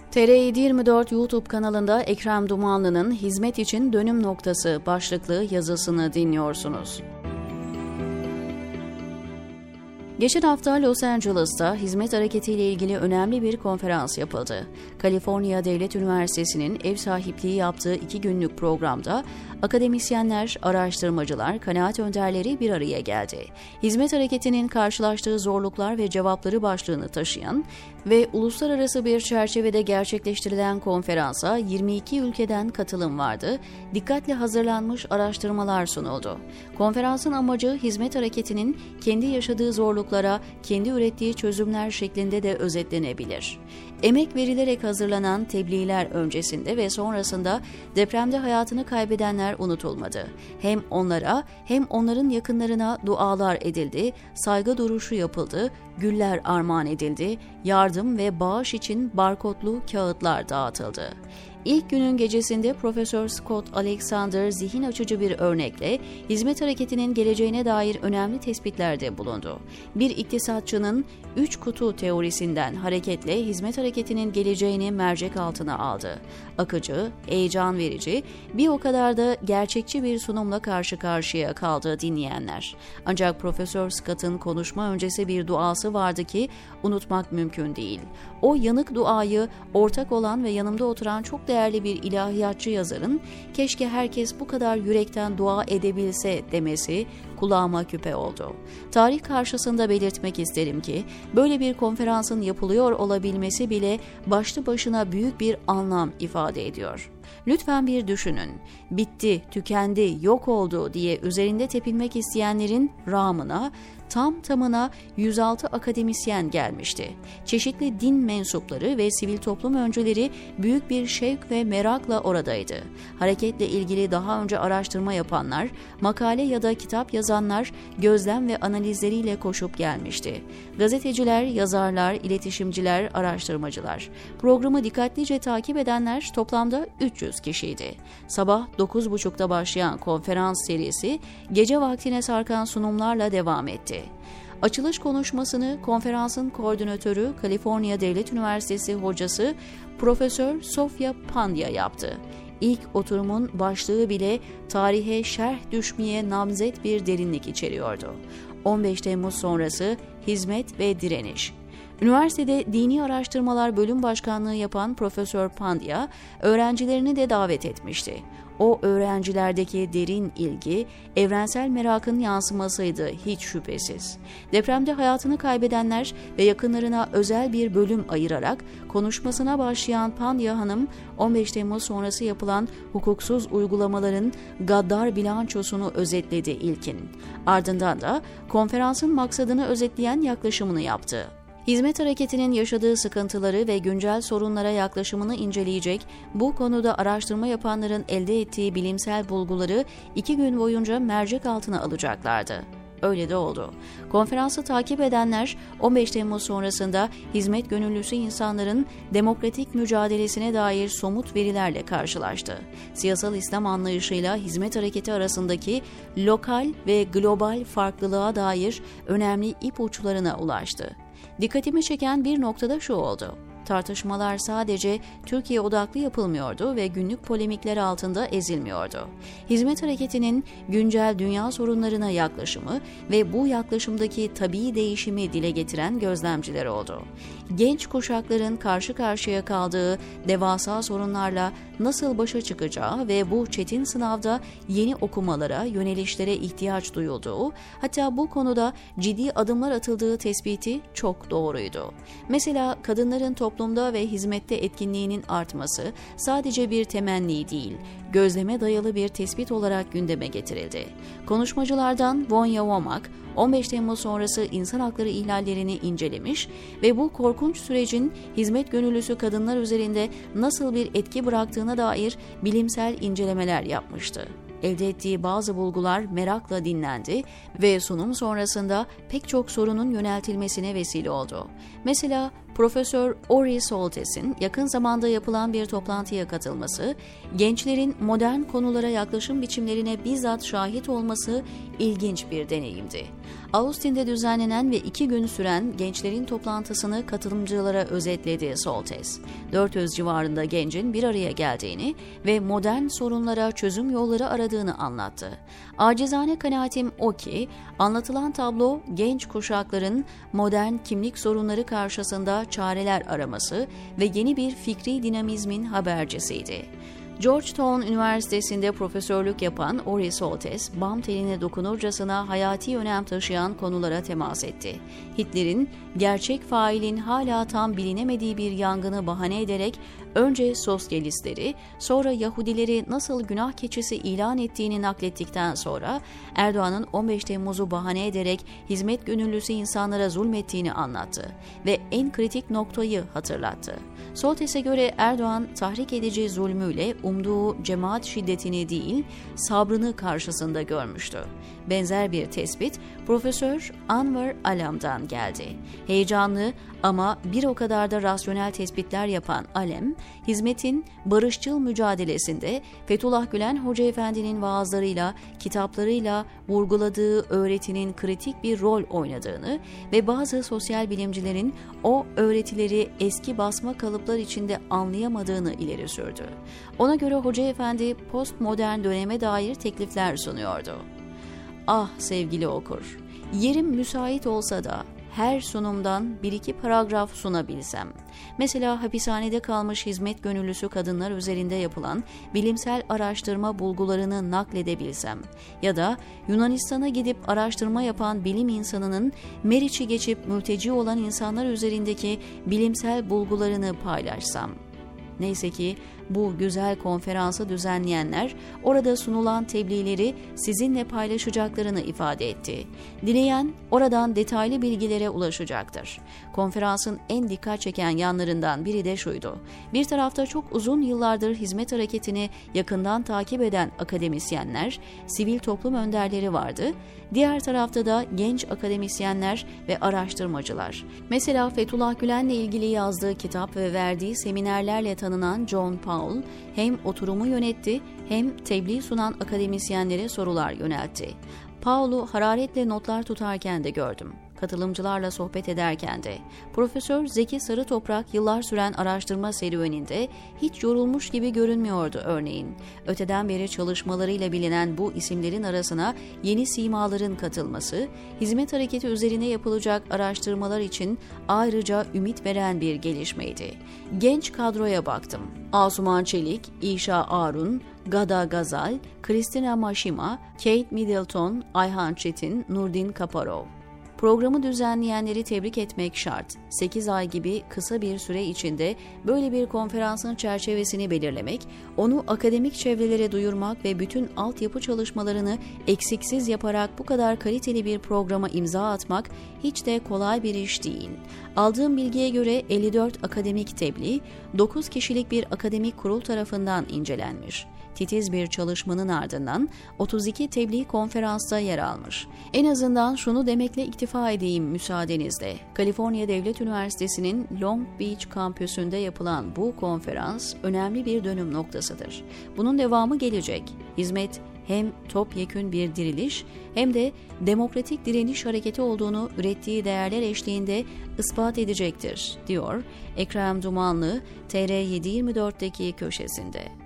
TR724 YouTube kanalında Ekrem Dumanlı'nın "Hizmet için Dönüm Noktası" başlıklı yazısını dinliyorsunuz. Geçen hafta Los Angeles'ta hizmet hareketiyle ilgili önemli bir konferans yapıldı. Kaliforniya Devlet Üniversitesi'nin ev sahipliği yaptığı 2 günlük programda akademisyenler, araştırmacılar, kanaat önderleri bir araya geldi. Hizmet hareketinin karşılaştığı zorluklar ve cevapları başlığını taşıyan ve uluslararası bir çerçevede gerçekleştirilen konferansa 22 ülkeden katılım vardı. Dikkatle hazırlanmış araştırmalar sunuldu. Konferansın amacı hizmet hareketinin kendi yaşadığı zorluklara, kendi ürettiği çözümler şeklinde de özetlenebilir. Emek verilerek hazırlanan tebliğler öncesinde ve sonrasında depremde hayatını kaybedenler unutulmadı. Hem onlara hem onların yakınlarına dualar edildi, saygı duruşu yapıldı, güller armağan edildi, yardım ve bağış için barkodlu kağıtlar dağıtıldı. İlk günün gecesinde Profesör Scott Alexander zihin açıcı bir örnekle hizmet hareketinin geleceğine dair önemli tespitlerde bulundu. Bir iktisatçının 3 kutu teorisinden hareketle hizmet hareketinin geleceğini mercek altına aldı. Akıcı, heyecan verici, bir o kadar da gerçekçi bir sunumla karşı karşıya kaldı dinleyenler. Ancak Profesör Scott'ın konuşma öncesi bir duası vardı ki unutmak mümkün değil. O yanık duayı ortak olan ve yanımda oturan çok değerli bir ilahiyatçı yazarın "keşke herkes bu kadar yürekten dua edebilse" demesi kulağıma küpe oldu. Tarih karşısında belirtmek isterim ki böyle bir konferansın yapılıyor olabilmesi bile başlı başına büyük bir anlam ifade ediyor. Lütfen bir düşünün. Bitti, tükendi, yok oldu diye üzerinde tepinmek isteyenlerin rağmına tamına 106 akademisyen gelmişti. Çeşitli din mensupları ve sivil toplum öncüleri büyük bir şevk ve merakla oradaydı. Hareketle ilgili daha önce araştırma yapanlar, makale ya da kitap yazanlar gözlem ve analizleriyle koşup gelmişti. Gazeteciler, yazarlar, iletişimciler, araştırmacılar. Programı dikkatlice takip edenler toplamda 300 kişiydi. Sabah 9.30'da başlayan konferans serisi gece vaktine sarkan sunumlarla devam etti. Açılış konuşmasını konferansın koordinatörü, Kaliforniya Devlet Üniversitesi hocası Profesör Sofya Pandya yaptı. İlk oturumun başlığı bile tarihe şerh düşmeye namzet bir derinlik içeriyordu. 15 Temmuz sonrası hizmet ve direniş. Üniversitede Dini Araştırmalar Bölüm Başkanlığı yapan Profesör Pandya, öğrencilerini de davet etmişti. O öğrencilerdeki derin ilgi, evrensel merakın yansımasıydı hiç şüphesiz. Depremde hayatını kaybedenler ve yakınlarına özel bir bölüm ayırarak konuşmasına başlayan Pandya Hanım, 15 Temmuz sonrası yapılan hukuksuz uygulamaların gaddar bilançosunu özetledi ilkin. Ardından da konferansın maksadını özetleyen yaklaşımını yaptı. Hizmet hareketinin yaşadığı sıkıntıları ve güncel sorunlara yaklaşımını inceleyecek, bu konuda araştırma yapanların elde ettiği bilimsel bulguları 2 gün boyunca mercek altına alacaklardı. Öyle de oldu. Konferansı takip edenler 15 Temmuz sonrasında hizmet gönüllüsü insanların demokratik mücadelesine dair somut verilerle karşılaştı. Siyasal İslam anlayışıyla hizmet hareketi arasındaki lokal ve global farklılığa dair önemli ipuçlarına ulaştı. Dikkatimi çeken bir noktada şu oldu. Tartışmalar sadece Türkiye odaklı yapılmıyordu ve günlük polemikler altında ezilmiyordu. Hizmet hareketinin güncel dünya sorunlarına yaklaşımı ve bu yaklaşımdaki tabii değişimi dile getiren gözlemciler oldu. Genç kuşakların karşı karşıya kaldığı devasa sorunlarla nasıl başa çıkacağı ve bu çetin sınavda yeni okumalara, yönelişlere ihtiyaç duyulduğu, hatta bu konuda ciddi adımlar atıldığı tespiti çok doğruydu. Mesela kadınların toplumda ve hizmette etkinliğinin artması sadece bir temenni değil, gözleme dayalı bir tespit olarak gündeme getirildi. Konuşmacılardan Vonya Womack, 15 Temmuz sonrası insan hakları ihlallerini incelemiş ve bu korkunç sürecin hizmet gönüllüsü kadınlar üzerinde nasıl bir etki bıraktığına dair bilimsel incelemeler yapmıştı. Elde ettiği bazı bulgular merakla dinlendi ve sunum sonrasında pek çok sorunun yöneltilmesine vesile oldu. Mesela Profesör Ori Soltes'in yakın zamanda yapılan bir toplantıya katılması, gençlerin modern konulara yaklaşım biçimlerine bizzat şahit olması ilginç bir deneyimdi. Austin'de düzenlenen ve 2 gün süren gençlerin toplantısını katılımcılara özetledi Soltes. 400 civarında gencin bir araya geldiğini ve modern sorunlara çözüm yolları aradığını anlattı. Acizane kanaatim o ki, anlatılan tablo genç kuşakların modern kimlik sorunları karşısında çareler araması ve yeni bir fikri dinamizmin habercisiydi. Georgetown Üniversitesi'nde profesörlük yapan Ori Soltes, bam teline dokunurcasına hayati önem taşıyan konulara temas etti. Hitler'in gerçek failin hala tam bilinemediği bir yangını bahane ederek önce sosyalistleri, sonra Yahudileri nasıl günah keçisi ilan ettiğini naklettikten sonra Erdoğan'ın 15 Temmuz'u bahane ederek hizmet gönüllüsü insanlara zulmettiğini anlattı ve en kritik noktayı hatırlattı. Soltes'e göre Erdoğan tahrik edici zulmüyle umduğu cemaat şiddetini değil, sabrını karşısında görmüştü. Benzer bir tespit Profesör Anwar Alam'dan geldi. Heyecanlı ama bir o kadar da rasyonel tespitler yapan Alem, hizmetin barışçıl mücadelesinde Fethullah Gülen Hoca Efendi'nin vaazlarıyla, kitaplarıyla vurguladığı öğretinin kritik bir rol oynadığını ve bazı sosyal bilimcilerin o öğretileri eski basma kalıplar içinde anlayamadığını ileri sürdü. Ona göre Hoca Efendi postmodern döneme dair teklifler sunuyordu. Ah sevgili okur, yerim müsait olsa da her sunumdan 1-2 paragraf sunabilsem. Mesela hapishanede kalmış hizmet gönüllüsü kadınlar üzerinde yapılan bilimsel araştırma bulgularını nakledebilsem ya da Yunanistan'a gidip araştırma yapan bilim insanının Meriç'i geçip mülteci olan insanlar üzerindeki bilimsel bulgularını paylaşsam. Neyse ki bu güzel konferansı düzenleyenler orada sunulan tebliğleri sizinle paylaşacaklarını ifade etti. Dileyen oradan detaylı bilgilere ulaşacaktır. Konferansın en dikkat çeken yanlarından biri de şuydu. Bir tarafta çok uzun yıllardır hizmet hareketini yakından takip eden akademisyenler, sivil toplum önderleri vardı. Diğer tarafta da genç akademisyenler ve araştırmacılar. Mesela Fethullah Gülen'le ilgili yazdığı kitap ve verdiği seminerlerle tanınan John Paul, hem oturumu yönetti hem tebliğ sunan akademisyenlere sorular yöneltti. Paul'u hararetle notlar tutarken de gördüm. Katılımcılarla sohbet ederken de. Profesör Zeki Sarıtoprak yıllar süren araştırma serüveninde hiç yorulmuş gibi görünmüyordu örneğin. Öteden beri çalışmalarıyla bilinen bu isimlerin arasına yeni simaların katılması, hizmet hareketi üzerine yapılacak araştırmalar için ayrıca ümit veren bir gelişmeydi. Genç kadroya baktım. Asuman Çelik, İşa Arun, Gada Gazal, Kristina Maşima, Kate Middleton, Ayhan Çetin, Nurdin Kaparov. Programı düzenleyenleri tebrik etmek şart. 8 ay gibi kısa bir süre içinde böyle bir konferansın çerçevesini belirlemek, onu akademik çevrelere duyurmak ve bütün altyapı çalışmalarını eksiksiz yaparak bu kadar kaliteli bir programa imza atmak hiç de kolay bir iş değil. Aldığım bilgiye göre 54 akademik tebliğ, 9 kişilik bir akademik kurul tarafından incelenmiş. Titiz bir çalışmanın ardından 32 tebliğ konferansta yer almış. En azından şunu demekle iktifa edeyim müsaadenizle. Kaliforniya Devlet Üniversitesi'nin Long Beach kampüsünde yapılan bu konferans önemli bir dönüm noktasıdır. Bunun devamı gelecek. Hizmet hem topyekün bir diriliş hem de demokratik direniş hareketi olduğunu ürettiği değerler eşliğinde ispat edecektir, diyor Ekrem Dumanlı TR724'deki köşesinde.